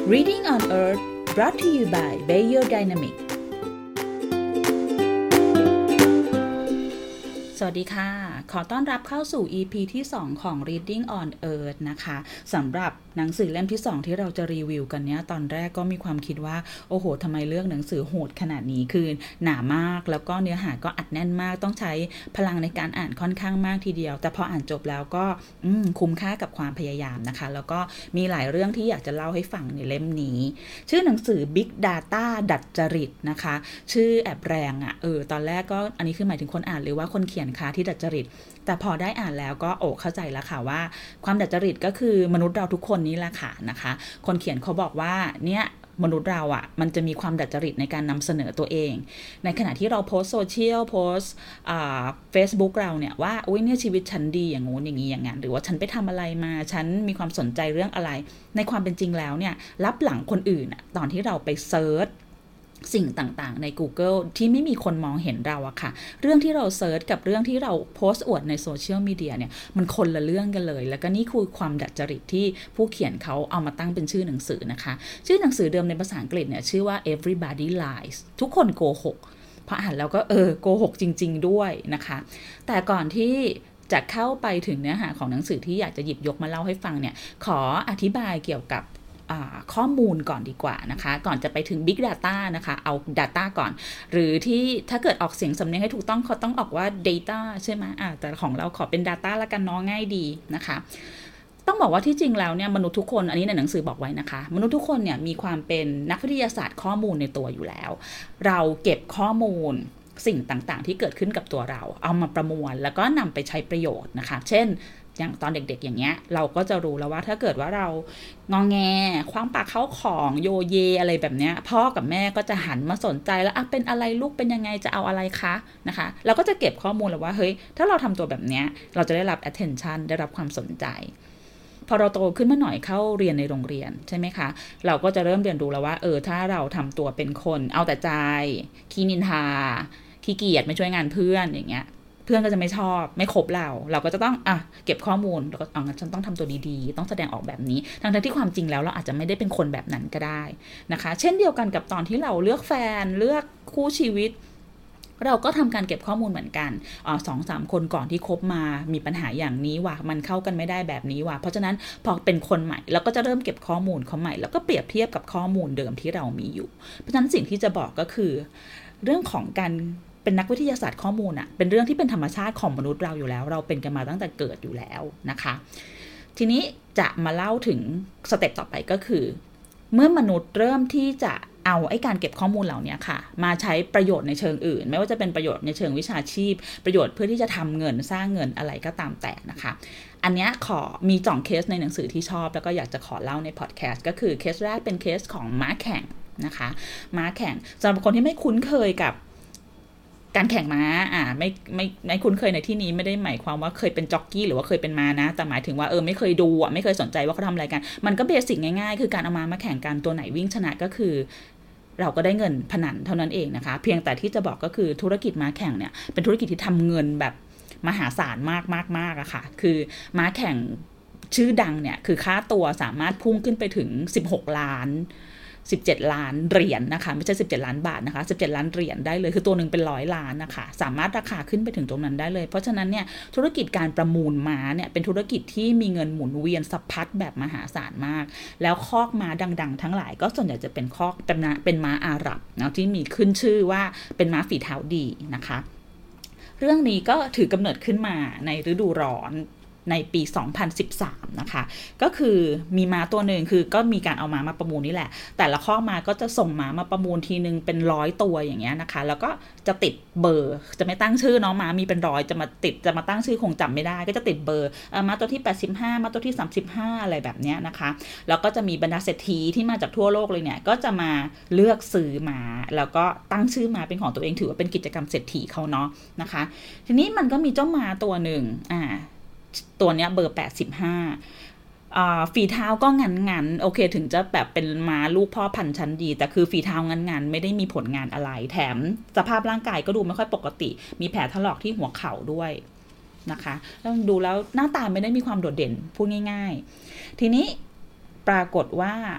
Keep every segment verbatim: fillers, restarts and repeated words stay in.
Reading on Earth brought to you by Bayer Dynamic สวัสดีค่ะขอต้อนรับเข้าสู่ อี พี ที่สองของ Reading on Earth นะคะสำหรับหนังสือเล่มที่สองที่เราจะรีวิวกันเนี้ยตอนแรกก็มีความคิดว่าโอ้โหทำไมเลือกหนังสือโหดขนาดนี้คือหนามากแล้วก็เนื้อหาก็อัดแน่นมากต้องใช้พลังในการอ่านค่อนข้างมากทีเดียวแต่พออ่านจบแล้วก็คุ้มค่ากับความพยายามนะคะแล้วก็มีหลายเรื่องที่อยากจะเล่าให้ฟังในเล่มนี้ชื่อหนังสือ Big Data ดัดจริตนะคะชื่อแอบแรงอ่ะเออตอนแรกก็อันนี้คือหมายถึงคนอ่านหรือว่าคนเขียนคะที่ดัดจริตแต่พอได้อ่านแล้วก็โอ้เข้าใจแล้วค่ะว่าความดัดจริตก็คือมนุษย์เราทุกคนนี่แหละค่ะนะคะคนเขียนเขาบอกว่าเนี่ยมนุษย์เราอ่ะมันจะมีความดัดจริตในการนำเสนอตัวเองในขณะที่เราโพสโซเชียลโพสอ่า Facebook เราเนี่ยว่าอุ้ยเนี่ยชีวิตฉันดีอย่างงู้นอย่างนี้อย่างงั้นหรือว่าฉันไปทำอะไรมาฉันมีความสนใจเรื่องอะไรในความเป็นจริงแล้วเนี่ยลับหลังคนอื่นอ่ะตอนที่เราไปเซิร์ชสิ่งต่างๆใน Google ที่ไม่มีคนมองเห็นเราอะค่ะเรื่องที่เราเซิร์ชกับเรื่องที่เราโพสต์อวดในโซเชียลมีเดียเนี่ยมันคนละเรื่องกันเลยแล้วก็นี่คือความดัดจริตที่ผู้เขียนเขาเอามาตั้งเป็นชื่อหนังสือนะคะชื่อหนังสือเดิมในภาษาอังกฤษเนี่ยชื่อว่า Everybody Lies ทุกคนโกหกพออ่านแล้วก็เออโกหกจริงๆด้วยนะคะแต่ก่อนที่จะเข้าไปถึงเนื้อหาของหนังสือที่อยากจะหยิบยกมาเล่าให้ฟังเนี่ยขออธิบายเกี่ยวกับข้อมูลก่อนดีกว่านะคะก่อนจะไปถึง Big Data นะคะเอา Data ก่อนหรือที่ถ้าเกิดออกเสียงสำเนียงให้ถูกต้องเขาต้องออกว่า Data ใช่ไหมอ่ะแต่ของเราขอเป็น Data ละกันเนาะง่ายดีนะคะต้องบอกว่าที่จริงแล้วเนี่ยมนุษย์ทุกคนอันนี้ในหนังสือบอกไว้นะคะมนุษย์ทุกคนเนี่ยมีความเป็นนักวิทยาศาสตร์ข้อมูลในตัวอยู่แล้วเราเก็บข้อมูลสิ่งต่างๆที่เกิดขึ้นกับตัวเราเอามาประมวลแล้วก็นำไปใช้ประโยชน์นะคะเช่นอย่างตอนเด็กๆอย่างเงี้ยเราก็จะรู้แล้วว่าถ้าเกิดว่าเรางอแงคว้างปากเข้าของโยเยอะไรแบบเนี้ยพ่อกับแม่ก็จะหันมาสนใจแล้วอ่ะเป็นอะไรลูกเป็นยังไงจะเอาอะไรคะนะคะเราก็จะเก็บข้อมูลแล้วว่าเฮ้ยถ้าเราทำตัวแบบเนี้ยเราจะได้รับ attention ได้รับความสนใจพอเราโตขึ้นมาหน่อยเข้าเรียนในโรงเรียนใช่ไหมคะเราก็จะเริ่มเรียนรู้แล้วว่าเออถ้าเราทำตัวเป็นคนเอาแต่ใจขี้นินทาขี้เกียจไม่ช่วยงานเพื่อนอย่างเงี้ยเพื่อนก็จะไม่ชอบไม่คบเราเราก็จะต้องอ่ะเก็บข้อมูลแล้วก็อ๋องั้นฉันต้องทำตัวดีๆต้องแสดงออกแบบนี้ทั้งๆที่ความจริงแล้วเราอาจจะไม่ได้เป็นคนแบบนั้นก็ได้นะคะเช่นเดียวกันกับตอนที่เราเลือกแฟนเลือกคู่ชีวิตเราก็ทำการเก็บข้อมูลเหมือนกันอ๋อสองสามคนก่อนที่คบมามีปัญหาอย่างนี้ว่ะมันเข้ากันไม่ได้แบบนี้ว่ะเพราะฉะนั้นพอเป็นคนใหม่เราก็จะเริ่มเก็บข้อมูลเขาใหม่แล้วก็เปรียบเทียบกับข้อมูลเดิมที่เรามีอยู่เพราะฉะนั้นสิ่งที่จะบอกก็คือเรื่องของการเป็นนักวิทยาศาสตร์ข้อมูลอะเป็นเรื่องที่เป็นธรรมชาติของมนุษย์เราอยู่แล้วเราเป็นกันมาตั้งแต่เกิดอยู่แล้วนะคะทีนี้จะมาเล่าถึงสเต็ปต่อไปก็คือเมื่อมนุษย์เริ่มที่จะเอาไอ้การเก็บข้อมูลเหล่านี้ค่ะมาใช้ประโยชน์ในเชิงอื่นไม่ว่าจะเป็นประโยชน์ในเชิงวิชาชีพประโยชน์เพื่อที่จะทำเงินสร้างเงินอะไรก็ตามแต่นะคะอันนี้ขอมีสองเคสในหนังสือที่ชอบแล้วก็อยากจะขอเล่าในพอดแคสต์ก็คือเคสแรกเป็นเคสของม้าแข่งนะคะม้าแข่งสำหรับคนที่ไม่คุ้นเคยกับการแข่งม้าอ่าไม่ไม่ไม่คุ้นเคยในที่นี้ไม่ได้หมายความว่าเคยเป็นจ็อกกี้หรือว่าเคยเป็นม้านะแต่หมายถึงว่าเออไม่เคยดูอ่ะไม่เคยสนใจว่าเขาทำอะไรกันมันก็เบสิกง่ายๆคือการเอาม้ามาแข่งกันตัวไหนวิ่งชนะก็คือเราก็ได้เงินพนันเท่านั้นเองนะคะเพียงแต่ที่จะบอกก็คือธุรกิจม้าแข่งเนี่ยเป็นธุรกิจที่ทำเงินแบบมหาศาลมากมากมากอะค่ะคือม้าแข่งชื่อดังเนี่ยคือค่าตัวสามารถพุ่งขึ้นไปถึงสิบหกล้านสิบเจ็ดล้านเหรียญ น, นะคะไม่ใช่สิบเจ็ดล้านบาทนะคะสิบเจ็ดล้านเหรียญได้เลยคือตัวหนึ่งเป็นร้อยล้านนะคะสามารถราคาขึ้นไปถึงตรงนั้นได้เลยเพราะฉะนั้นเนี่ยธุรกิจการประมูลม้าเนี่ยเป็นธุรกิจที่มีเงินหมุนเวียนสะพัดแบบมหาศาลมากแล้วคอกม้าดังๆทั้งหลายก็ส่วนใหญ่จะเป็นคอกเป็นม้าเป็นม้าอาหรับนะที่มีขึ้นชื่อว่าเป็นม้าฝีเท้าดีนะคะเรื่องนี้ก็ถือกำเนิดขึ้นมาในฤดูร้อนในปีสองพันสิบสามนะคะก็คือมีม้าตัวหนึ่งคือก็มีการเอาม้ามาประมูลนี่แหละแต่ละข้อม้าก็จะส่งม้ามาประมูลทีนึงเป็นร้อยตัวอย่างเงี้ยนะคะแล้วก็จะติดเบอร์จะไม่ตั้งชื่อเนาะม้ามีเป็นร้อยจะมาติดจะมาตั้งชื่อคงจำไม่ได้ก็จะติดเบอร์ม้าตัวที่แปดสิบห้าม้าตัวที่สามสิบห้าอะไรแบบเนี้ยนะคะแล้วก็จะมีบรรดาเศรษฐีที่มาจากทั่วโลกเลยเนี่ยก็จะมาเลือกซื้อม้าแล้วก็ตั้งชื่อม้าเป็นของตัวเองถือว่าเป็นกิจกรรมเศรษฐีเขาเนาะนะคะทีนี้มันก็มีเจ้าม้าตัวหนึ่งอ่าตัวเนี้ยเบอร์แปดสิบห้าอ่าฝีเท้าก็งันๆโอเคถึงจะแบบเป็นม้าลูกพ่อพันธุ์ชั้นดีแต่คือฝีเท้างันๆไม่ได้มีผลงานอะไรแถมสภาพร่างกายก็ดูไม่ค่อยปกติมีแผลถลอกที่หัวเข่าด้วยนะคะแล้วดูแล้วหน้าตาไม่ได้มีความโดดเด่นพูดง่ายๆทีนี้ปรากฏว่า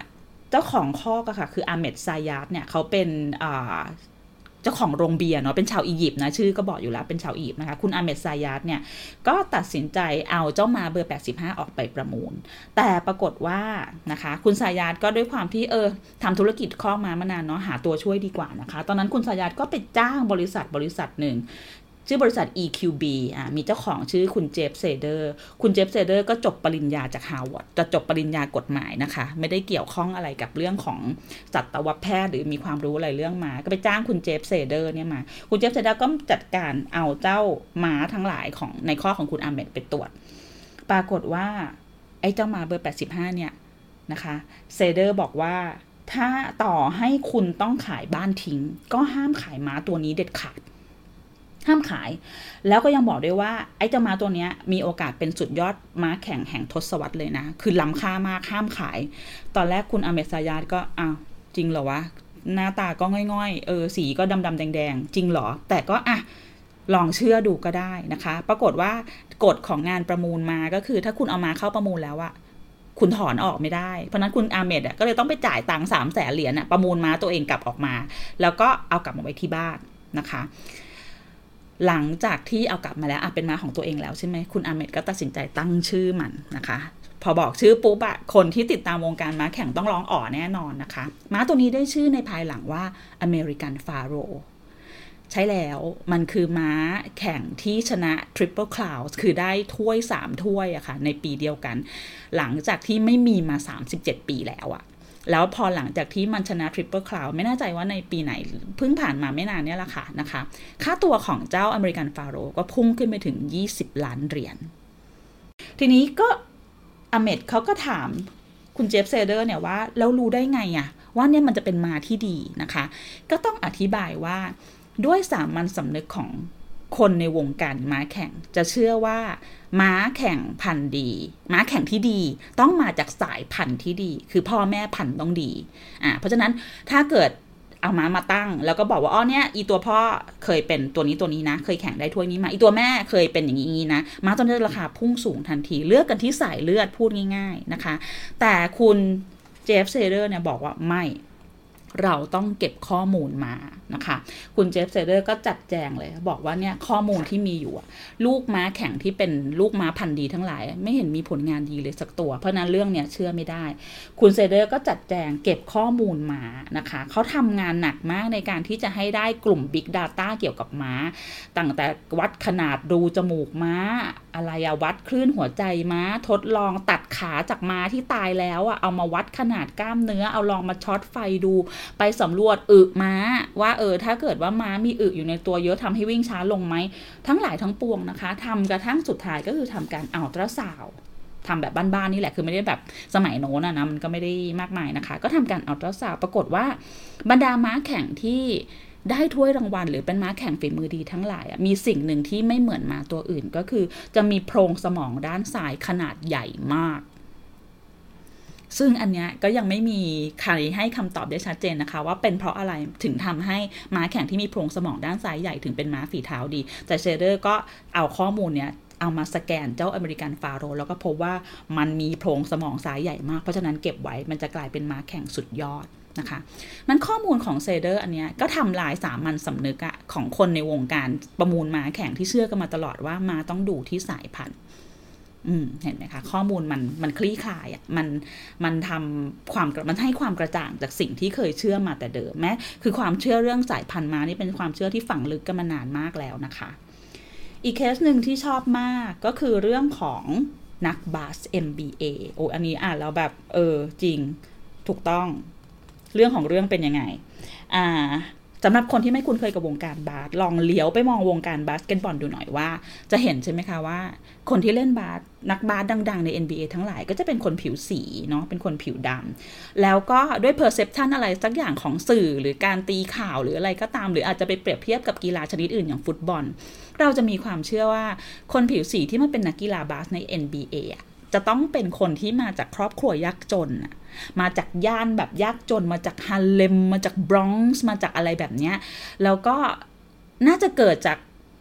เจ้าของคอกอะค่ะคืออาเมดซายาดเนี่ยเขาเป็นเจ้าของโรงเบียร์เนาะเป็นชาวอียิปต์นะชื่อก็บอกอยู่แล้วเป็นชาวอียิปต์นะคะคุณอาเมดซายาดเนี่ยก็ตัดสินใจเอาเจ้าม้าเบอร์แปดสิบห้าออกไปประมูลแต่ปรากฏว่านะคะคุณซายาดก็ด้วยความที่เออทำธุรกิจคอกม้ามานานเนาะหาตัวช่วยดีกว่านะคะตอนนั้นคุณซายาดก็ไปจ้างบริษัทบริษัทหนึ่งชื่อบริษัท อี คิว บี อ่ะมีเจ้าของชื่อคุณเจฟเซเดอร์คุณเจฟเซเดอร์ก็จบปริญญาจากฮาร์วาร์ดจะจบปริญญากฎหมายนะคะไม่ได้เกี่ยวข้องอะไรกับเรื่องของสัตวแพทย์หรือมีความรู้อะไรเรื่องม้าก็ไปจ้างคุณเจฟเซเดอร์เนี่ยมาคุณเจฟเซเดอร์ก็จัดการเอาเจ้าม้าทั้งหลายของในข้อของคุณอาเมดไปตรวจปรากฏว่าไอ้เจ้าม้าเบอร์แปดสิบห้าเนี่ยนะคะเซเดอร์บอกว่าถ้าต่อให้คุณต้องขายบ้านทิ้งก็ห้ามขายม้าตัวนี้เด็ดขาดห้ามขายแล้วก็ยังบอกด้วยว่าไอ้เจ้าม้าตัวนี้มีโอกาสเป็นสุดยอดม้าแข่งแห่งทศวรรษเลยนะคือล้ำค่ามากห้ามขายตอนแรกคุณอาเมดซายาดก็อ้าวจริงเหรอวะหน้าตาก็ง่อยๆเออสีก็ดำๆแดงๆจริงเหรอแต่ก็อ่ะลองเชื่อดูก็ได้นะคะปรากฏว่ากฎของงานประมูลมาก็คือถ้าคุณเอามาเข้าประมูลแล้วอะคุณถอนออกไม่ได้เพราะนั้นคุณอาเมดก็เลยต้องไปจ่ายตังค์สามแสนเหรียญอะประมูลม้าตัวเองกลับออกมาแล้วก็เอากลับมาไว้ที่บ้านนะคะหลังจากที่เอากลับมาแล้วอ่ะเป็นม้าของตัวเองแล้วใช่ไหมคุณอาเมดก็ตัดสินใจตั้งชื่อมันนะคะพอบอกชื่อปุ๊บอะคนที่ติดตามวงการม้าแข่งต้องร้องอ๋อแน่นอนนะคะม้าตัวนี้ได้ชื่อในภายหลังว่าอเมริกันฟาโรใช่แล้วมันคือม้าแข่งที่ชนะ Triple Crown คือได้ถ้วยสามถ้วยอะค่ะในปีเดียวกันหลังจากที่ไม่มีมาสามสิบเจ็ดปีแล้วอะแล้วพอหลังจากที่มันชนะ Triple Crown ไม่แน่ใจว่าในปีไหนเพิ่งผ่านมาไม่นานเนี่ยแหละค่ะนะคะค่าตัวของเจ้าอเมริกันฟาโรก็พุ่งขึ้นไปถึงยี่สิบล้านเหรียญทีนี้ก็อเมดเขาก็ถามคุณเจฟเซเดอร์เนี่ยว่าแล้วรู้ได้ไงอะว่าเนี่ยมันจะเป็นม้าที่ดีนะคะก็ต้องอธิบายว่าด้วยสามัญสำนึกของคนในวงการม้าแข่งจะเชื่อว่าม้าแข่งพันธุ์ดีม้าแข่งที่ดีต้องมาจากสายพันธุ์ที่ดีคือพ่อแม่พันธุ์ต้องดีอ่าเพราะฉะนั้นถ้าเกิดเอาม้ามาตั้งแล้วก็บอกว่าอ๋อเนี่ยอีตัวพ่อเคยเป็นตัวนี้ตัวนี้นะเคยแข่งได้ถ้วยนี้มาอีตัวแม่เคยเป็นอย่างนี้นะม้าตัวนี้ราคาพุ่งสูงทันทีเลือกกันที่สายเลือดพูดง่ายๆนะคะแต่คุณเจฟเซเดอร์เนี่ยบอกว่าไม่เราต้องเก็บข้อมูลมานะคะคุณเจฟเซเดอร์ก็จัดแจงเลยบอกว่าเนี่ยข้อมูลที่มีอยู่ลูกม้าแข่งที่เป็นลูกม้าพันธุ์ดีทั้งหลายไม่เห็นมีผลงานดีเลยสักตัวเพราะนั้นเรื่องเนี่ยเชื่อไม่ได้คุณเซเดอร์ก็จัดแจงเก็บข้อมูลมานะคะเขาทำงานหนักมากในการที่จะให้ได้กลุ่ม Big Data เกี่ยวกับม้าตั้งแต่วัดขนาดรูจมูกม้าอะไรอะวัดคลื่นหัวใจม้าทดลองตัดขาจากม้าที่ตายแล้วอะเอามาวัดขนาดกล้ามเนื้อเอาลองมาช็อตไฟดูไปสำรวจอึม้าว่าเออถ้าเกิดว่าม้ามีอึอยู่ในตัวเยอะทำให้วิ่งช้าลงไหมทั้งหลายทั้งปวงนะคะทำกระทั่งสุดท้ายก็คือทำการอัลตราซาวด์ทำแบบบ้านๆนี่แหละคือไม่ได้แบบสมัยโน้นนะมันก็ไม่ได้มากมายนะคะก็ทำการอัลตราซาวด์ปรากฏว่าบรรดาม้าแข่งที่ได้ถ้วยรางวัลหรือเป็นม้าแข่งฝีมือดีทั้งหลายมีสิ่งหนึ่งที่ไม่เหมือนม้าตัวอื่นก็คือจะมีโพรงสมองด้านซ้ายขนาดใหญ่มากซึ่งอันเนี้ยก็ยังไม่มีใครให้คำตอบได้ชัดเจนนะคะว่าเป็นเพราะอะไรถึงทำให้ม้าแข่งที่มีโพรงสมองด้านซ้ายใหญ่ถึงเป็นม้าฝีเท้าดีแต่เชเดอร์ก็เอาข้อมูลเนี้ยเอามาสแกนเจ้าอเมริกันฟาโรแล้วก็พบว่ามันมีโพรงสมองซ้ายใหญ่มากเพราะฉะนั้นเก็บไว้มันจะกลายเป็นม้าแข่งสุดยอดนะคะมันข้อมูลของเซเดอร์อันเนี้ยก็ทำลายสามัญสำนึกอะของคนในวงการประมูลม้าแข่งที่เชื่อกันมาตลอดว่าม้าต้องดูที่สายพันธุ์อืมเห็นไหมคะข้อมูลมันมันคลี่คลายอ่ะมันมันทำความมันให้ความกระจ่างจากสิ่งที่เคยเชื่อมาแต่เดิมแม้คือความเชื่อเรื่องสายพันธุ์ม้านี่เป็นความเชื่อที่ฝังลึกกันมานานมากแล้วนะคะอีกเคสหนึ่งที่ชอบมากก็คือเรื่องของนักบาส เอ็ม บี เอ โอ้อันนี้อ่านแล้วแบบเออจริงถูกต้องเรื่องของเรื่องเป็นยังไงอ่าสำหรับคนที่ไม่คุ้นเคยกับวงการบาสลองเลี้ยวไปมองวงการบาสเกตบอลดูหน่อยว่าจะเห็นใช่ไหมคะว่าคนที่เล่นบาสนักบาสดังๆใน เอ็น บี เอ ทั้งหลายก็จะเป็นคนผิวสีเนาะเป็นคนผิวดำแล้วก็ด้วย perception อะไรสักอย่างของสื่อหรือการตีข่าวหรืออะไรก็ตามหรืออาจจะไปเปรียบเทียบกับกีฬาชนิดอื่นอย่างฟุตบอลเราจะมีความเชื่อว่าคนผิวสีที่มันเป็นนักกีฬาบาสใน เอ็น บี เอ อะจะต้องเป็นคนที่มาจากครอบครัวยากจนมาจากย่านแบบยากจนมาจากฮาร์เลมมาจากบรอนซ์มาจากอะไรแบบเนี้ยแล้วก็น่าจะเกิดจาก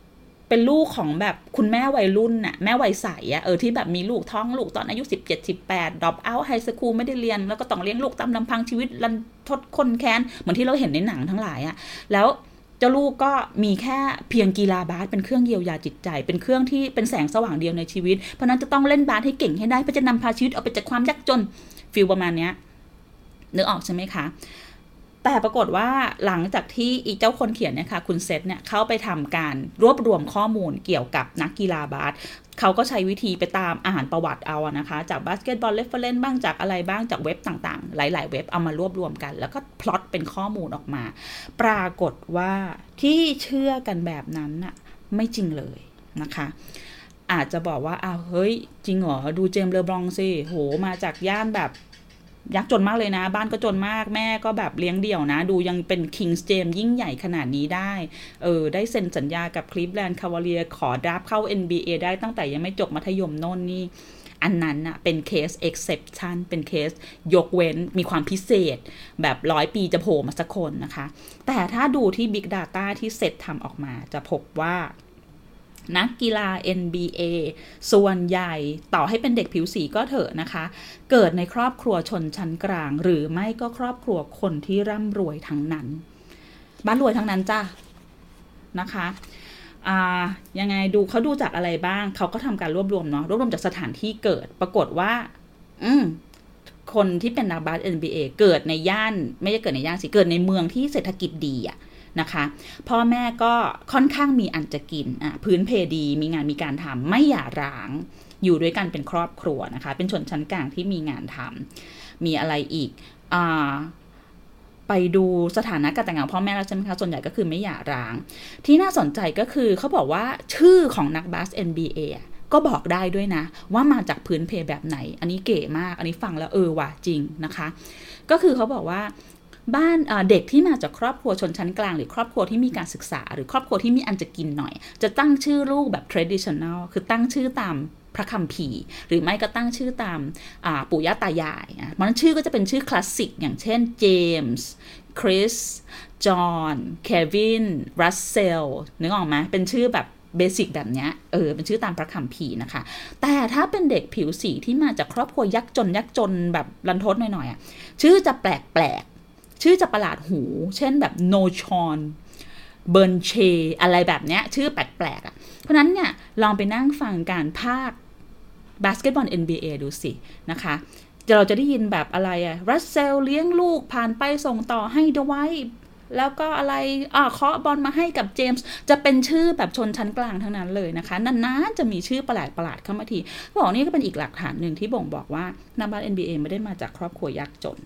เป็นลูกของแบบคุณแม่วัยรุ่นน่ะแม่วัยใสอ่ะเออที่แบบมีลูกท้องลูกตอนอายุสิบเจ็ด สิบแปดดรอปเอาท์ไฮสคูลไม่ได้เรียนแล้วก็ต้องเลี้ยงลูกตามลำพังชีวิตรันทดคนแค้นเหมือนที่เราเห็นในหนังทั้งหลายอ่ะแล้วเจ้าลูกก็มีแค่เพียงกีฬาบาสเป็นเครื่องเยียวยาจิตใจเป็นเครื่องที่เป็นแสงสว่างเดียวในชีวิตเพราะนั้นจะต้องเล่นบาสให้เก่งให้ได้เพื่อจะนำพาชีวิตออกไปจากความยากจนฟีลประมาณนี้นึกออกใช่ไหมคะแต่ปรากฏว่าหลังจากที่อีเจ้าคนเขียนเนี่ยค่ะคุณเซธเนี่ยเข้าไปทำการรวบรวมข้อมูลเกี่ยวกับนักกีฬาบาสเขาก็ใช้วิธีไปตามอ่านประวัติเอานะคะจากบาสเกตบอลเรฟเฟอเรนซ์บ้างจากอะไรบ้างจากเว็บต่างๆหลายๆเว็บเอามารวบรวมกันแล้วก็พล็อตเป็นข้อมูลออกมาปรากฏว่าที่เชื่อกันแบบนั้นน่ะไม่จริงเลยนะคะอาจจะบอกว่าอ้าวเฮ้ยจริงเหรอดูเจมส์เลอบรองสิโหมาจากย่านแบบยากจนมากเลยนะบ้านก็จนมากแม่ก็แบบเลี้ยงเดี่ยวนะดูยังเป็นคิงส์เจมส์ยิ่งใหญ่ขนาดนี้ได้เออได้เซ็นสัญญากับคลีฟแลนด์คาวาเลียร์ขอดราฟเข้า เอ็น บี เอ ได้ตั้งแต่ยังไม่จบมัธยมโน่นนี่อันนั้นน่ะเป็นเคส exception เป็นเคสยกเว้นมีความพิเศษแบบร้อยปีจะโผล่มาสักคนนะคะแต่ถ้าดูที่ Big Data ที่เซตทำออกมาจะพบว่านักกีฬา เอ็น บี เอ ส่วนใหญ่ต่อให้เป็นเด็กผิวสีก็เถอะนะคะเกิดในครอบครัวชนชั้นกลางหรือไม่ก็ครอบครัวคนที่ร่ำรวยทั้งนั้นบ้านรวยทั้งนั้นจ้ะนะคะอ่ายังไงดูเขาดูจากอะไรบ้างเขาก็ทำการรวบรวมเนาะรวบรวมจากสถานที่เกิดปรากฏว่าอืมคนที่เป็นนักบาส เอ็น บี เอ เกิดในย่านไม่ใช่เกิดในย่านสิเกิดในเมืองที่เศรษฐกิจดีอะนะคะพ่อแม่ก็ค่อนข้างมีอันจะกินอ่ะพื้นเพดีมีงานมีการทำไม่หย่าร้างอยู่ด้วยกันเป็นครอบครัวนะคะเป็นชนชั้นกลางที่มีงานทำมีอะไรอีกอ่าไปดูสถานะการแต่งงานพ่อแม่แล้วใช่ไหมคะส่วนใหญ่ก็คือไม่หย่าร้างที่น่าสนใจก็คือเขาบอกว่าชื่อของนักบาส เอ็น บี เอ ก็บอกได้ด้วยนะว่ามาจากพื้นเพแบบไหนอันนี้เก๋มากอันนี้ฟังแล้วเออว่ะจริงนะคะก็คือเขาบอกว่าบ้านเด็กที่มาจากครอบครัวชนชั้นกลางหรือครอบครัวที่มีการศึกษาหรือครอบครัวที่มีอันจะกินหน่อยจะตั้งชื่อลูกแบบ traditional คือตั้งชื่อตามพระคัมภีร์หรือไม่ก็ตั้งชื่อตามปู่ย่าตายายนะเพราะนั้นชื่อก็จะเป็นชื่อคลาสสิกอย่างเช่นเจมส์คริสจอห์นเควินรัสเซลนึกออกไหมเป็นชื่อแบบเบสิกแบบนี้เออเป็นชื่อตามพระคัมภีร์นะคะแต่ถ้าเป็นเด็กผิวสีที่มาจากครอบครัวยากจนยากจนแบบรันทดหน่อยๆอ่ะชื่อจะแปลกๆชื่อจะประหลาดหูเช่นแบบโนชอนเบิร์นเชอะไรแบบเนี้ยชื่อแปลกๆอ่ะเพราะนั้นเนี่ยลองไปนั่งฟังการภาคบาสเกตบอล เอ็น บี เอ ดูสินะคะเราจะได้ยินแบบอะไรอะรัสเซลเลี้ยงลูกผ่านไปส่งต่อให้ดไวท์แล้วก็อะไรอ่าเคาะบอลมาให้กับเจมส์จะเป็นชื่อแบบชนชั้นกลางทั้งนั้นเลยนะคะนานๆจะมีชื่อประหลาดประหลาดเข้ามาทีบอกนี่ก็เป็นอีกหลักฐานหนึ่งที่บ่งบอกว่านักบาส เอ็น บี เอ ไม่ได้มาจากครอบครัวยากจน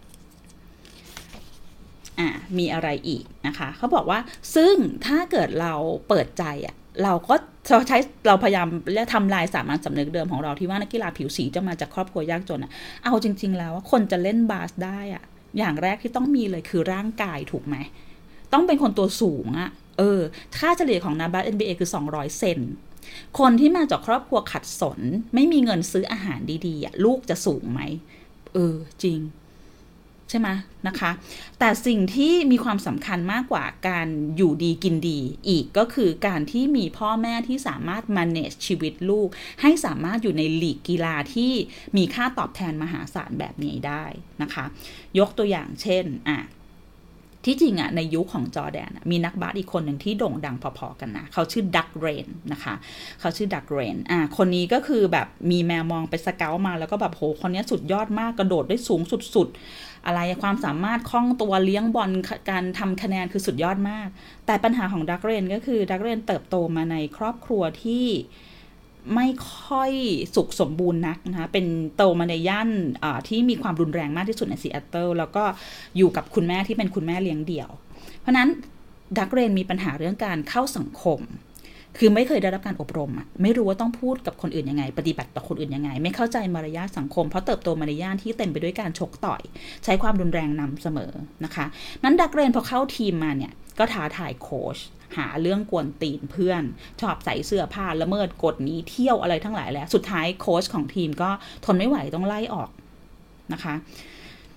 อ่ามีอะไรอีกนะคะเขาบอกว่าซึ่งถ้าเกิดเราเปิดใจอ่ะเราก็เราใช้เราพยายามทำลายสามัญสำนึกเดิมของเราที่ว่านักกีฬาผิวสีจะมาจากครอบครัวยากจนอ่ะเอาจริงๆแล้วคนจะเล่นบาสได้อ่ะอย่างแรกที่ต้องมีเลยคือร่างกายถูกไหมต้องเป็นคนตัวสูงอ่ะเออค่าเฉลี่ยของนักบาส เอ็น บี เอ คือสองร้อยเซนคนที่มาจากครอบครัวขัดสนไม่มีเงินซื้ออาหารดีๆอ่ะลูกจะสูงไหมเออจริงใช่ไหมนะคะแต่สิ่งที่มีความสำคัญมากกว่าการอยู่ดีกินดีอีกก็คือการที่มีพ่อแม่ที่สามารถ manage ชีวิตลูกให้สามารถอยู่ในลีกกีฬาที่มีค่าตอบแทนมหาศาลแบบนี้ได้นะคะยกตัวอย่างเช่นอ่ะที่จริงอ่ะในยุคของจอร์แดนมีนักบาสอีกคนหนึ่งที่โด่งดังพอๆกันนะเขาชื่อดักเรนนะคะเขาชื่อดักเรนอ่ะคนนี้ก็คือแบบมีแมวมองไปสเกลมาแล้วก็แบบโหคนนี้สุดยอดมากกระโดดได้สูงสุดๆอะไรความสามารถคล่องตัวเลี้ยงบอลการทำคะแนนคือสุดยอดมากแต่ปัญหาของดักเรนก็คือดักเรนเติบโตมาในครอบครัวที่ไม่ค่อยสุขสมบูรณ์นักนะคะเป็นโตมาในย่านที่มีความรุนแรงมากที่สุดในซีแอตเทิลแล้วก็อยู่กับคุณแม่ที่เป็นคุณแม่เลี้ยงเดี่ยวเพราะนั้นดักเรนมีปัญหาเรื่องการเข้าสังคมคือไม่เคยได้รับการอบรมอ่ะไม่รู้ว่าต้องพูดกับคนอื่นยังไงปฏิบัติต่อคนอื่นยังไงไม่เข้าใจมารยาทสังคมเพราะเติบโตมาในย่านที่เต็มไปด้วยการชกต่อยใช้ความรุนแรงนำเสมอนะคะนั้นดักเรนพอเข้าทีมมาเนี่ยก็ท้าทายโค้ชหาเรื่องกวนตีนเพื่อนชอบใส่เสื้อผ้าละเมิดกฎนี้เที่ยวอะไรทั้งหลายแล้วสุดท้ายโค้ชของทีมก็ทนไม่ไหวต้องไล่ออกนะคะ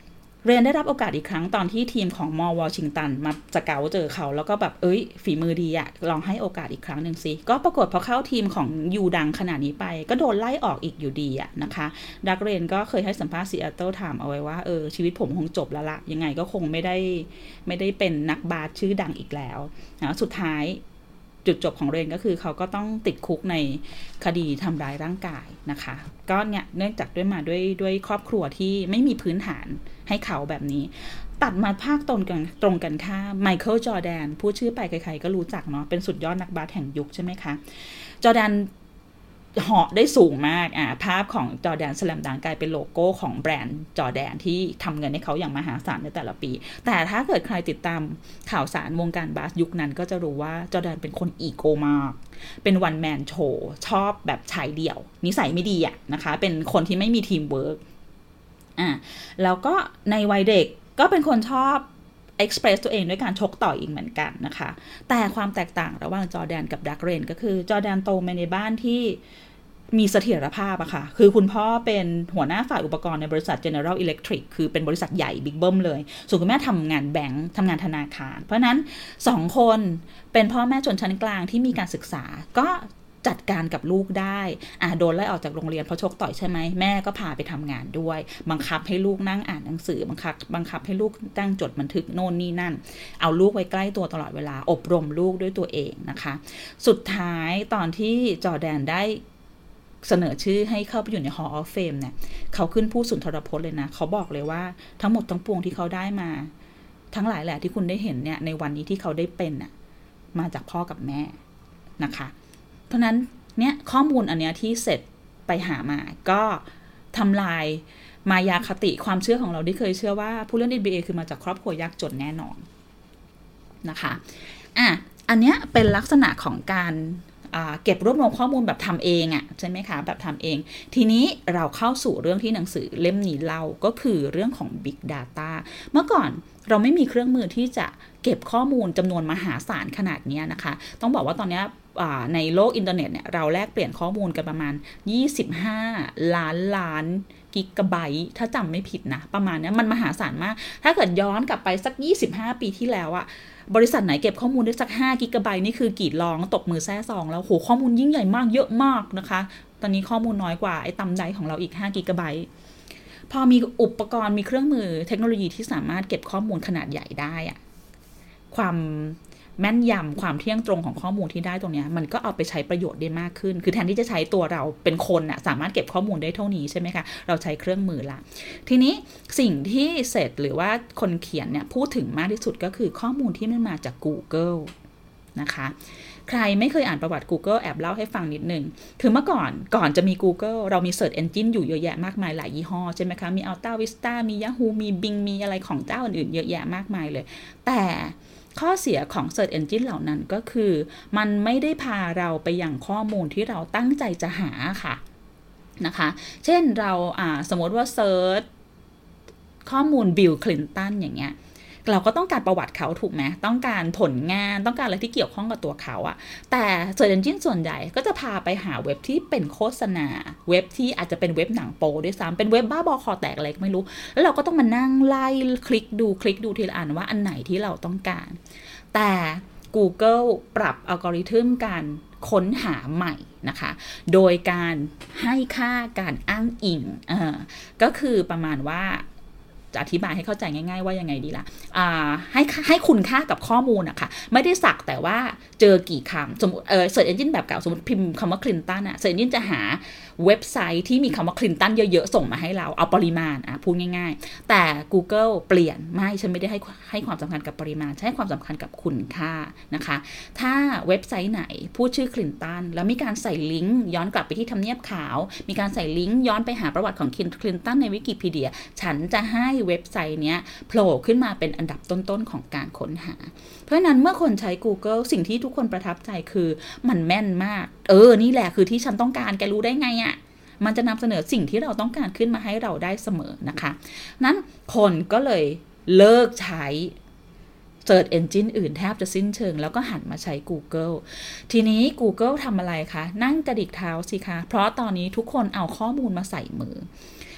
เรนได้รับโอกาสอีกครั้งตอนที่ทีมของมอวอชิงตันมาสเกาเจอเขาแล้วก็แบบเอ้ยฝีมือดีอะลองให้โอกาสอีกครั้งหนึ่งสิก็ปรากฏพอเข้าทีมของยูดังขนาดนี้ไปก็โดนไล่ออกอีกอยู่ดีอะนะคะดักเรนก็เคยให้สัมภาษณ์ซีแอตเทิลถามเอาไว้ว่าเออชีวิตผมคงจบแล้วละยังไงก็คงไม่ได้ไม่ได้เป็นนักบาสชื่อดังอีกแล้วนะสุดท้ายจุดจบของเรนก็คือเขาก็ต้องติดคุกในคดีทำร้ายร่างกายนะคะก็เนี่ยเนื่องจากด้วยมาด้วยด้วยครอบครัวที่ไม่มีพื้นฐานให้เขาแบบนี้ตัดมาภาคตรงกันตรงกันข้ามไมเคิลจอร์แดนพูดชื่อไปใครๆก็รู้จักเนาะเป็นสุดยอดนักบาสแห่งยุคใช่ไหมคะจอร์แดนเหาะได้สูงมากอ่าภาพของจอร์แดนสแลมดังกลายเป็นโลโก้ของแบรนด์จอร์แดนที่ทำเงินให้เขาอย่างมหาศาลในแต่ละปีแต่ถ้าเกิดใครติดตามข่าวสารวงการบาสยุคนั้นก็จะรู้ว่าจอร์แดนเป็นคนอีโก้มากเป็นวันแมนโชว์ชอบแบบชายเดี่ยวนิสัยไม่ดีอะนะคะเป็นคนที่ไม่มีทีมเวิร์กอ่าแล้วก็ในวัยเด็กก็เป็นคนชอบเอ็กซ์เพรสตัวเองด้วยการชกต่อยอีกเหมือนกันนะคะแต่ความแตกต่างระหว่างจอร์แดนกับดักเรนก็คือจอร์แดนโตมาในบ้านที่มีเสถียรภาพอะค่ะคือคุณพ่อเป็นหัวหน้าฝ่ายอุปกรณ์ในบริษัท General Electric คือเป็นบริษัทใหญ่บิ๊กเบิ้มเลยส่วนคุณแม่ทำงานแบงค์ทำงานธนาคารเพราะนั้นสองคนเป็นพ่อแม่ชนชั้นกลางที่มีการศึกษาก็จัดการกับลูกได้อ่ะโดนไล่ออกจากโรงเรียนเพราะชกต่อยใช่ไหมแม่ก็พาไปทำงานด้วยบังคับให้ลูกนั่งอ่านหนังสือบังคับบังคับให้ลูกตั้งจดบันทึกโน่นนี่นั่นเอาลูกไว้ใกล้ตัวตลอดเวลาอบรมลูกด้วยตัวเองนะคะสุดท้ายตอนที่จอร์แดนได้เสนอชื่อให้เข้าไปอยู่ใน Hall of Fame เนี่ยเขาขึ้นพูดสุนทรพจน์เลยนะเขาบอกเลยว่าทั้งหมดทั้งปวงที่เขาได้มาทั้งหลายแหละที่คุณได้เห็นเนี่ยในวันนี้ที่เขาได้เป็นน่ะมาจากพ่อกับแม่นะคะเพราะนั้นเนี่ยข้อมูลอันเนี้ยที่เสร็จไปหามาก็ทำลายมายาคติความเชื่อของเราที่เคยเชื่อว่าผู้เล่น เอ็น บี เอ คือมาจากครอบครัวยากจนแน่นอนนะคะอ่ะอันเนี้ยเป็นลักษณะของการเก็บรวบรวมข้อมูลแบบทำเองอ่ะใช่ไหมคะแบบทำเองทีนี้เราเข้าสู่เรื่องที่หนังสือเล่มนี้เล่าก็คือเรื่องของ Big Data เมื่อก่อนเราไม่มีเครื่องมือที่จะเก็บข้อมูลจำนวนมหาศาลขนาดนี้นะคะต้องบอกว่าตอนนี้ในโลกอินเทอร์เน็ตเนี่ยเราแลกเปลี่ยนข้อมูลกันประมาณยี่สิบห้าล้านล้านกิกะไบต์ถ้าจำไม่ผิดนะประมาณนี้มันมหาศาลมากถ้าเกิดย้อนกลับไปสักยี่สิบห้าปีที่แล้วอะบริษัทไหนเก็บข้อมูลได้สักห้ากิกะไบต์นี่คือกรีดร้องตบมือแซ่ซองแล้วโหข้อมูลยิ่งใหญ่มากเยอะมากนะคะตอนนี้ข้อมูลน้อยกว่าไอ้ตำไดของเราอีกห้ากิกะไบต์พอมีอุปกรณ์มีเครื่องมือเทคโนโลยีที่สามารถเก็บข้อมูลขนาดใหญ่ได้อะความแม่นยำความเที่ยงตรงของข้อมูลที่ได้ตรงนี้มันก็เอาไปใช้ประโยชน์ได้มากขึ้นคือแทนที่จะใช้ตัวเราเป็นคนน่ะสามารถเก็บข้อมูลได้เท่านี้ใช่ไหมคะเราใช้เครื่องมือละทีนี้สิ่งที่เสร็จหรือว่าคนเขียนเนี่ยพูดถึงมากที่สุดก็คือข้อมูลที่มันมาจาก Google นะคะใครไม่เคยอ่านประวัติ Google แอบเล่าให้ฟังนิดนึงคือเมื่อก่อนก่อนจะมี Google เรามี Search Engine อยู่เยอะแยะมากมายหลายยี่ห้อใช่ไหมคะมี Alta Vista มี Yahoo มี Bing มีอะไรของเจ้าอื่นๆเยอะแยะมากมายเลยแต่ข้อเสียของ Search Engine เหล่านั้นก็คือมันไม่ได้พาเราไปอย่างข้อมูลที่เราตั้งใจจะหาค่ะนะคะเช่นเราอ่าสมมติว่าเซิร์ชข้อมูลบิล คลินตันอย่างเงี้ยเราก็ต้องการประวัติเขาถูกไหมต้องการผลงานต้องการอะไรที่เกี่ยวข้องกับตัวเขาอะแต่ Search Engine ส่วนใหญ่ก็จะพาไปหาเว็บที่เป็นโฆษณาเว็บที่อาจจะเป็นเว็บหนังโป๊ด้วยซ้ำเป็นเว็บบ้าบอคอแตกอะไรก็ไม่รู้แล้วเราก็ต้องมานั่งไล่คลิกดูคลิกดูทีละอันว่าอันไหนที่เราต้องการแต่ Google ปรับอัลกอริทึมการค้นหาใหม่นะคะโดยการให้ค่าการอ้างอิงอ่าก็คือประมาณว่าจะอธิบายให้เข้าใจง่ายๆว่ายังไงดีล่ะให้ให้คุณค่ากับข้อมูลอะค่ะไม่ได้สักแต่ว่าเจอกี่คำสมมติเออ Search Engine แบบเก่าสมมติพิมพ์คำว่าคลินตันอะ Search Engine จะหาเว็บไซต์ที่มีคำว่าคลินตันเยอะๆส่งมาให้เราเอาปริมาณอะพูดง่ายๆแต่ Google เปลี่ยนไม่ฉันไม่ได้ให้ให้ความสำคัญกับปริมาณให้ความสำคัญกับคุณค่านะคะถ้าเว็บไซต์ไหนพูดชื่อคลินตันแล้วมีการใส่ลิงก์ย้อนกลับไปที่ทำเนียบขาวมีการใส่ลิงก์ย้อนไปหาประวัติของคลินตันในวิกิพีเดียฉันจะให้เว็บไซต์เนี้ยโผล่ขึ้นมาเป็นอันดับต้นๆของการค้นหาเพราะนั้นเมื่อคนใช้ Google สิ่งที่ทุกคนประทับใจคือมันแม่นมากเออนี่แหละคือที่ฉันต้องการแกรู้ได้ไงอะมันจะนำเสนอสิ่งที่เราต้องการขึ้นมาให้เราได้เสมอนะคะนั้นคนก็เลยเลิกใช้ Search Engine อื่นแทบจะสิ้นเชิงแล้วก็หันมาใช้ Google ทีนี้ Google ทำอะไรคะนั่งกระดิกเท้าสิคะเพราะตอนนี้ทุกคนเอาข้อมูลมาใส่มือ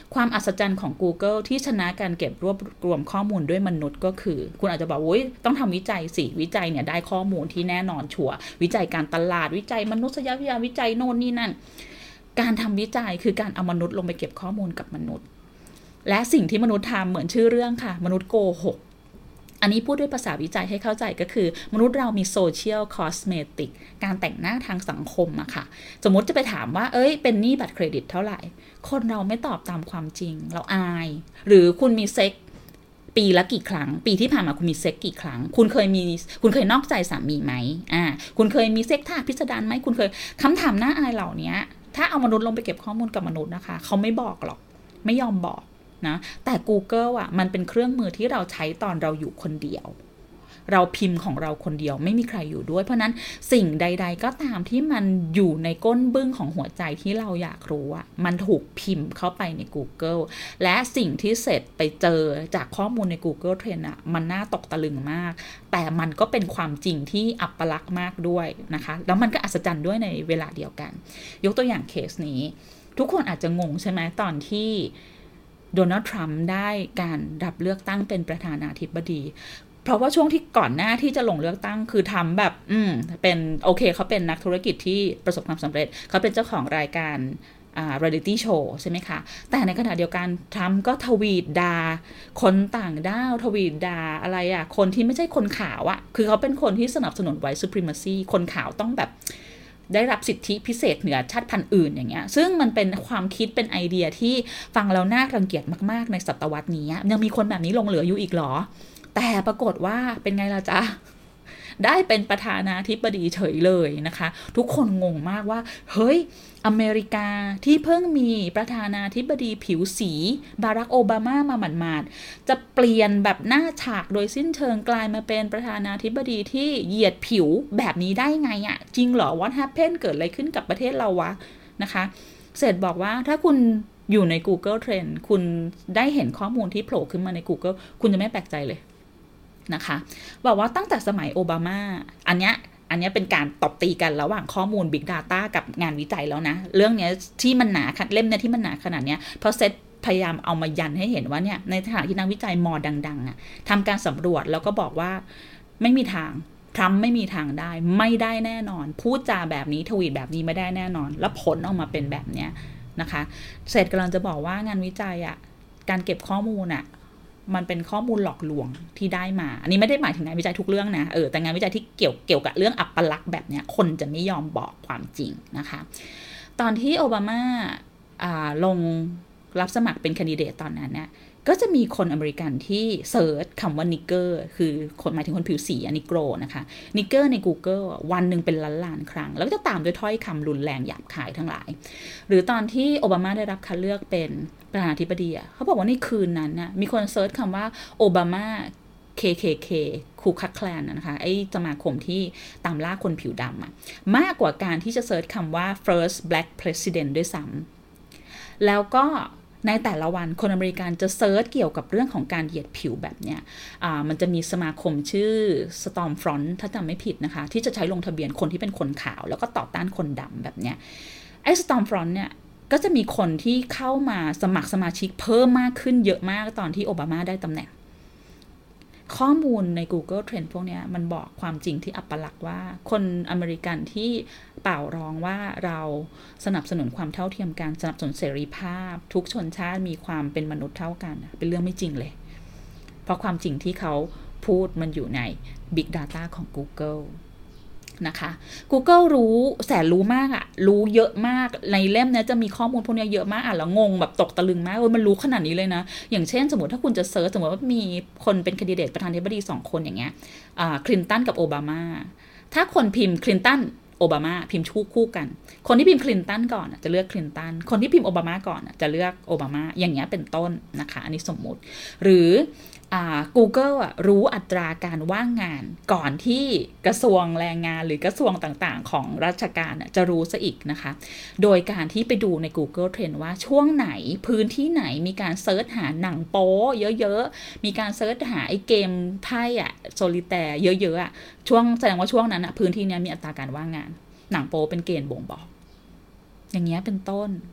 ความอัศจรรย์ของ Google ที่ชนะการเก็บรวบรวมข้อมูลด้วยมนุษย์ก็คือคุณอาจจะบอกว่าต้องทำวิจัยสิวิจัยเนี่ยได้ข้อมูลที่แน่นอนชัวร์วิจัยการตลาดวิจัยมนุษยวิทยาวิจัยโน่นนี่นั่นการทำวิจัยคือการเอามนุษย์ลงไปเก็บข้อมูลกับมนุษย์และสิ่งที่มนุษย์ทำเหมือนชื่อเรื่องค่ะมนุษย์โกหกอันนี้พูดด้วยภาษาวิจัยให้เข้าใจก็คือมนุษย์เรามีโซเชียลคอสเมติกการแต่งหน้าทางสังคมอะค่ะสมมติจะไปถามว่าเอ้ยเป็นหนี้บัตรเครดิตเท่าไหร่คนเราไม่ตอบตามความจริงเราอายหรือคุณมีเซ็กปีละกี่ครั้งปีที่ผ่านมาคุณมีเซ็กกี่ครั้งคุณเคยมีคุณเคยนอกใจสามีไหมอ่าคุณเคยมีเซ็กท่าพิสดารไหมคุณเคยคำถามหน้าอายเหล่านี้ถ้าเอามนุษย์ลงไปเก็บข้อมูลกับมนุษย์นะคะเขาไม่บอกหรอกไม่ยอมบอกนะแต่ Google อ่ะมันเป็นเครื่องมือที่เราใช้ตอนเราอยู่คนเดียวเราพิมพ์ของเราคนเดียวไม่มีใครอยู่ด้วยเพราะนั้นสิ่งใดๆก็ตามที่มันอยู่ในก้นบึ้งของหัวใจที่เราอยากรู้อ่ะมันถูกพิมพ์เข้าไปใน Google และสิ่งที่เสร็จไปเจอจากข้อมูลใน Google Trend อ่ะมันน่าตกตะลึงมากแต่มันก็เป็นความจริงที่อัปลักษณ์มากด้วยนะคะแล้วมันก็อัศจรรย์ด้วยในเวลาเดียวกันยกตัวอย่างเคสนี้ทุกคนอาจจะงงใช่ไหมตอนที่โดนัลด์ทรัมป์ได้การรับเลือกตั้งเป็นประธานาธิบดีเพราะว่าช่วงที่ก่อนหน้าที่จะลงเลือกตั้งคือทำแบบอืมเป็นโอเคเขาเป็นนักธุรกิจที่ประสบความสำเร็จเขาเป็นเจ้าของรายการอ่า reality show ใช่ไหมคะแต่ในขณะเดียวกันทรัมป์ก็ทวีตด่าคนต่างด้าวทวีตด่าอะไรอะคนที่ไม่ใช่คนขาวอะคือเขาเป็นคนที่สนับสนุน white supremacy คนขาวต้องแบบได้รับสิทธิพิเศษเหนือชาติพันธุ์อื่นอย่างเงี้ยซึ่งมันเป็นความคิดเป็นไอเดียที่ฟังแล้วน่ารังเกียจมากๆในศตวรรษนี้ยังมีคนแบบนี้หลงเหลืออยู่อีกหรอแต่ปรากฏว่าเป็นไงล่ะจ๊ะได้เป็นประธานาธิบดีเฉยเลยนะคะทุกคนงงมากว่าเฮ้ยอเมริกาที่เพิ่งมีประธานาธิบดีผิวสีบารักโอบามามาหมาดๆจะเปลี่ยนแบบหน้าฉากโดยสิ้นเชิงกลายมาเป็นประธานาธิบดีที่เหยียดผิวแบบนี้ได้ไงอะจริงเหรอ What happened เกิดอะไรขึ้นกับประเทศเราวะนะคะเสร็จบอกว่าถ้าคุณอยู่ใน Google Trend คุณได้เห็นข้อมูลที่โผล่ขึ้นมาใน Google คุณจะไม่แปลกใจเลยนะคะบอกว่าตั้งแต่สมัยโอบามาอันเนี้ยอันนี้เป็นการตบตีกันระหว่างข้อมูล Big Data กับงานวิจัยแล้วนะเรื่องนี้ที่มันหนาเล่มเนี่ยที่มันหนาขนาดนี้เพราะเซตพยายามเอามายันให้เห็นว่าเนี่ยในขณะที่นักวิจัยมอดังๆอ่ะทำการสำรวจแล้วก็บอกว่าไม่มีทางทรัมป์ไม่มีทางได้ไม่ได้แน่นอนพูดจาแบบนี้ทวีตแบบนี้ไม่ได้แน่นอนแล้วผลออกมาเป็นแบบเนี้ยนะคะเสร็จกำลังจะบอกว่างานวิจัยอ่ะการเก็บข้อมูลอ่ะมันเป็นข้อมูลหลอกลวงที่ได้มาอันนี้ไม่ได้หมายถึงงานวิจัยทุกเรื่องนะเออแต่งานวิจัยที่เกี่ยวเกี่ยวกับเรื่องอัปลักษณ์แบบเนี้ยคนจะไม่ยอมบอกความจริงนะคะตอนที่โอบามาอ่าลงรับสมัครเป็นแคนดิเดตตอนนั้นเนี่ยก็จะมีคนอเมริกันที่เซิร์ชคำว่านิกเกอร์คือคนหมายถึงคนผิวสีอันนิโกรนะคะนิกเกอร์ใน Google วันหนึ่งเป็นล้านล้านครั้งแล้วก็จะตามด้วยถ้อยคำรุนแรงหยาบคายทั้งหลายหรือตอนที่โอบามาได้รับคัดเลือกเป็นประธานาธิบดีเขาบอกว่าในคืนนั้นนะมีคนเซิร์ชคำว่าโอบามา เค เค เค คูคักแคลนนะคะไอ้สมาคมที่ตามล่าคนผิวดำอะมากกว่าการที่จะเซิร์ชคำว่า first black president ด้วยซ้ำแล้วก็ในแต่ละวันคนอเมริกันจะเซิร์ชเกี่ยวกับเรื่องของการเหยียดผิวแบบเนี้ยมันจะมีสมาคมชื่อ Stormfront ถ้าจำไม่ผิดนะคะที่จะใช้ลงทะเบียนคนที่เป็นคนขาวแล้วก็ต่อต้านคนดำแบบเนี้ยไอ้ Stormfront เนี่ยก็จะมีคนที่เข้ามาสมัครสมาชิกเพิ่มมากขึ้นเยอะมากตอนที่โอบามาได้ตำแหน่งข้อมูลใน Google Trend พวกนี้มันบอกความจริงที่อัปลักษณ์ว่าคนอเมริกันที่เป่าร้องว่าเราสนับสนุนความเท่าเทียมกันสนับสนุนเสรีภาพทุกชนชาติมีความเป็นมนุษย์เท่ากันเป็นเรื่องไม่จริงเลยเพราะความจริงที่เขาพูดมันอยู่ใน Big Data ของ Googleนะคะ Google รู้แสนรู้มากอะรู้เยอะมากในเล่มนี้จะมีข้อมูลพวกนี้เยอะมากอ่ะแล้วงงแบบตกตะลึงมากเออมันรู้ขนาดนี้เลยนะอย่างเช่นสมมติถ้าคุณจะเซิร์ชสมมติว่ามีคนเป็นแคนดิเดตประธานาธิบดีสองคนอย่างเงี้ยอ่าคลินตันกับโอบามาถ้าคนพิมพ์คลินตันโอบามาพิมพ์คู่คู่กันคนที่พิมพ์คลินตันก่อนจะเลือกคลินตันคนที่พิมพ์โอบามาก่อนจะเลือกโอบามาอย่างเงี้ยเป็นต้นนะคะอันนี้สมมุติหรืออ่า Google อ่ะรู้อัตราการว่างงานก่อนที่กระทรวงแรงงานหรือกระทรวงต่างๆของราชการจะรู้ซะอีกนะคะโดยการที่ไปดูใน Google Trend ว่าช่วงไหนพื้นที่ไหนมีการเซิร์ชหาหนังโป๊เยอะๆมีการเซิร์ชหาไอ้เกมไพ่อะโซลิแตร์เยอะๆอะช่วงแสดงว่าช่วงนั้นอะพื้นที่นี้มีอัตราการว่างงานหนังโป๊เป็นเกณฑ์บ่งบอกอย่างเงี้ยเป็นต้น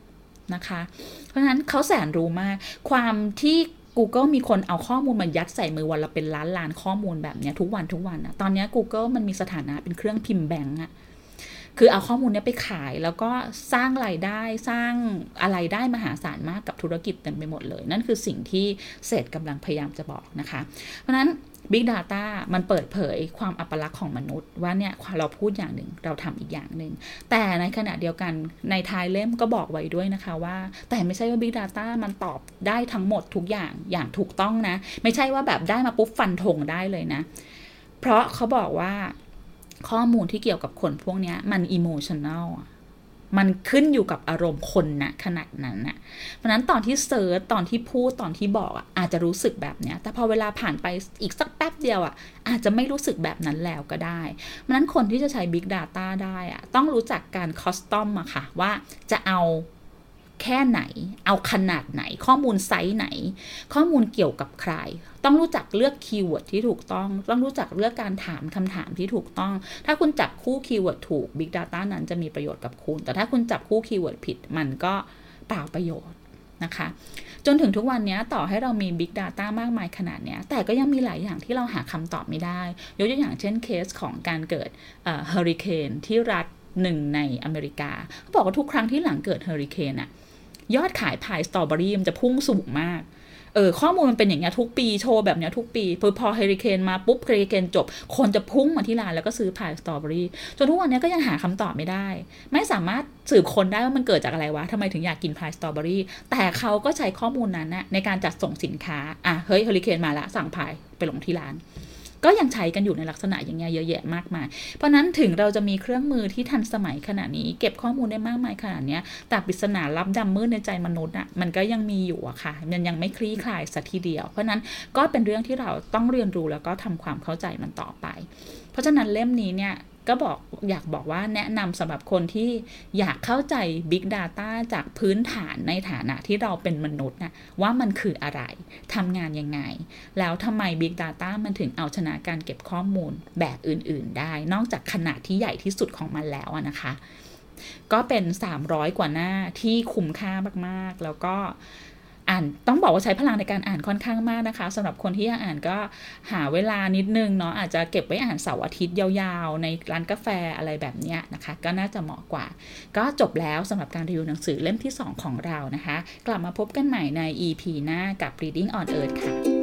นะคะเพราะฉะนั้นเขาแสนรู้มากความที่ Google มีคนเอาข้อมูลมายัดใส่มือวันละเป็นล้านล้านข้อมูลแบบนี้ทุกวันทุกวันอะตอนนี้ Google มันมีสถานะเป็นเครื่องพิมพ์แบงก์อะคือเอาข้อมูลนี้ไปขายแล้วก็สร้างรายได้สร้างอะไรได้มหาศาลมากกับธุรกิจเต็มไปหมดเลยนั่นคือสิ่งที่เศรษฐ์กำลังพยายามจะบอกนะคะเพราะฉะนั้น Big Data มันเปิดเผยความอัปลักษณ์ของมนุษย์ว่าเนี่ยเราพูดอย่างหนึ่งเราทำอีกอย่างหนึ่งแต่ในขณะเดียวกันในท้ายเล่มก็บอกไว้ด้วยนะคะว่าแต่ไม่ใช่ว่า Big Data มันตอบได้ทั้งหมดทุกอย่างอย่างถูกต้องนะไม่ใช่ว่าแบบได้มาปุ๊บฟันธงได้เลยนะเพราะเขาบอกว่าข้อมูลที่เกี่ยวกับคนพวกนี้มัน emotional มันขึ้นอยู่กับอารมณ์คนนะขนาดนั้นนะเพราะนั้นตอนที่เซิร์ชตอนที่พูดตอนที่บอกอ่ะอาจจะรู้สึกแบบนี้แต่พอเวลาผ่านไปอีกสักแป๊บเดียวอ่ะอาจจะไม่รู้สึกแบบนั้นแล้วก็ได้เพราะนั้นคนที่จะใช้ Big Data ได้อ่ะต้องรู้จักการคอสตอมอะค่ะว่าจะเอาแค่ไหนเอาขนาดไหนข้อมูลไซส์ไหนข้อมูลเกี่ยวกับใครต้องรู้จักเลือกคีย์เวิร์ดที่ถูกต้องต้องรู้จักเลือกการถามคำถามที่ถูกต้องถ้าคุณจับคู่คีย์เวิร์ดถูก Big Data นั้นจะมีประโยชน์กับคุณแต่ถ้าคุณจับคู่คีย์เวิร์ดผิดมันก็เปล่าประโยชน์นะคะจนถึงทุกวันนี้ต่อให้เรามี Big Data มากมายขนาดนี้แต่ก็ยังมีหลายอย่างที่เราหาคำตอบไม่ได้ยกตัวอย่างเช่นเคสของการเกิดเอ่อเฮอริเคนที่รัฐหนึ่งในอเมริกาเขาบอกว่าทุกครั้งที่หลังเกิดเฮอริเคนอะยอดขายพายสตรอเบอรี่มันจะพุ่งสูงมากเออข้อมูลมันเป็นอย่างเงี้ยทุกปีโชว์แบบเนี้ยทุกปีพอพอเฮอริเคนมาปุ๊บเฮอริเคนจบคนจะพุ่งมาที่ร้านแล้วก็ซื้อพายสตรอเบอรี่จนทุกวันนี้ก็ยังหาคำตอบไม่ได้ไม่สามารถสืบค้นได้ว่ามันเกิดจากอะไรวะทำไมถึงอยากกินพายสตรอเบอรี่แต่เขาก็ใช้ข้อมูลนั้นนะในการจัดส่งสินค้าอ่ะเฮ้ยเฮอริเคนมาละสั่งพายไปลงที่ร้านก็ยังใช้กันอยู่ในลักษณะอย่างเงี้ยเยอะแยะมากมายเพราะนั้นถึงเราจะมีเครื่องมือที่ทันสมัยขนาดนี้เก็บข้อมูลได้มากมายขนาดนี้แต่ปริศนาลับดำมืดในใจมนุษย์อ่ะมันก็ยังมีอยู่อะค่ะมันยังไม่คลี่คลายสักทีเดียวเพราะนั้นก็เป็นเรื่องที่เราต้องเรียนรู้แล้วก็ทำความเข้าใจมันต่อไปเพราะฉะนั้นเล่มนี้เนี่ยก็บอกอยากบอกว่าแนะนำสำหรับคนที่อยากเข้าใจ Big Data จากพื้นฐานในฐานะที่เราเป็นมนุษย์นะว่ามันคืออะไรทำงานยังไงแล้วทำไม Big Data มันถึงเอาชนะการเก็บข้อมูลแบบอื่นๆได้นอกจากขนาดที่ใหญ่ที่สุดของมันแล้วนะคะก็เป็นสามร้อยกว่าหน้าที่คุ้มค่ามากๆแล้วก็อ่านต้องบอกว่าใช้พลังในการอ่านค่อนข้างมากนะคะสำหรับคนที่อยากอ่านก็หาเวลานิดนึงเนาะอาจจะเก็บไว้อ่านเสาร์อาทิตย์ยาวๆในร้านกาแฟอะไรแบบนี้นะคะก็น่าจะเหมาะกว่าก็จบแล้วสำหรับการรีวิวหนังสือเล่มที่สองของเรานะคะกลับมาพบกันใหม่ใน อี พี หน้ากับ Reading on Earth ค่ะ